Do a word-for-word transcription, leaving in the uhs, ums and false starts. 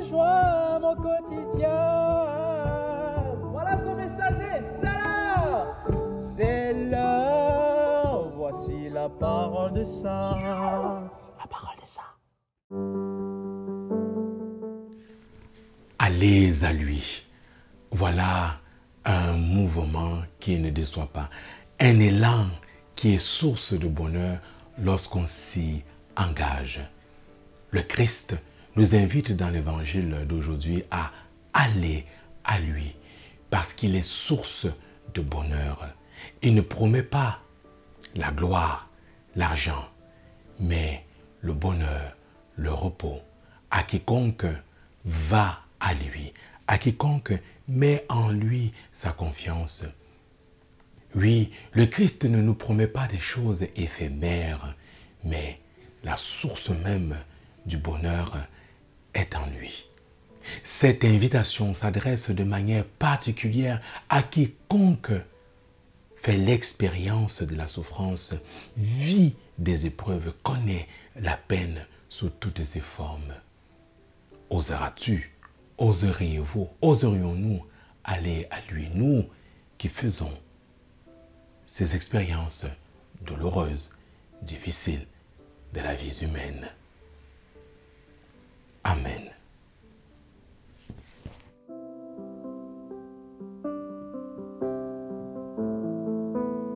rejoins mon quotidien. Voilà son messager, c'est l'heure. C'est l'heure, voici la parole de ça. La parole de ça. Allez à lui. Voilà un mouvement qui ne déçoit pas. Un élan qui est source de bonheur lorsqu'on s'y engage. Le Christ nous invite dans l'évangile d'aujourd'hui à aller à lui parce qu'il est source de bonheur. Il ne promet pas la gloire, l'argent, mais le bonheur, le repos à quiconque va à lui, à quiconque met en lui sa confiance. Oui, le Christ ne nous promet pas des choses éphémères, mais la source même du bonheur est en lui. Cette invitation s'adresse de manière particulière à quiconque fait l'expérience de la souffrance, vit des épreuves, connaît la peine sous toutes ses formes. Oseras-tu, oseriez-vous, oserions-nous aller à lui, nous qui faisons ces expériences douloureuses, difficiles de la vie humaine?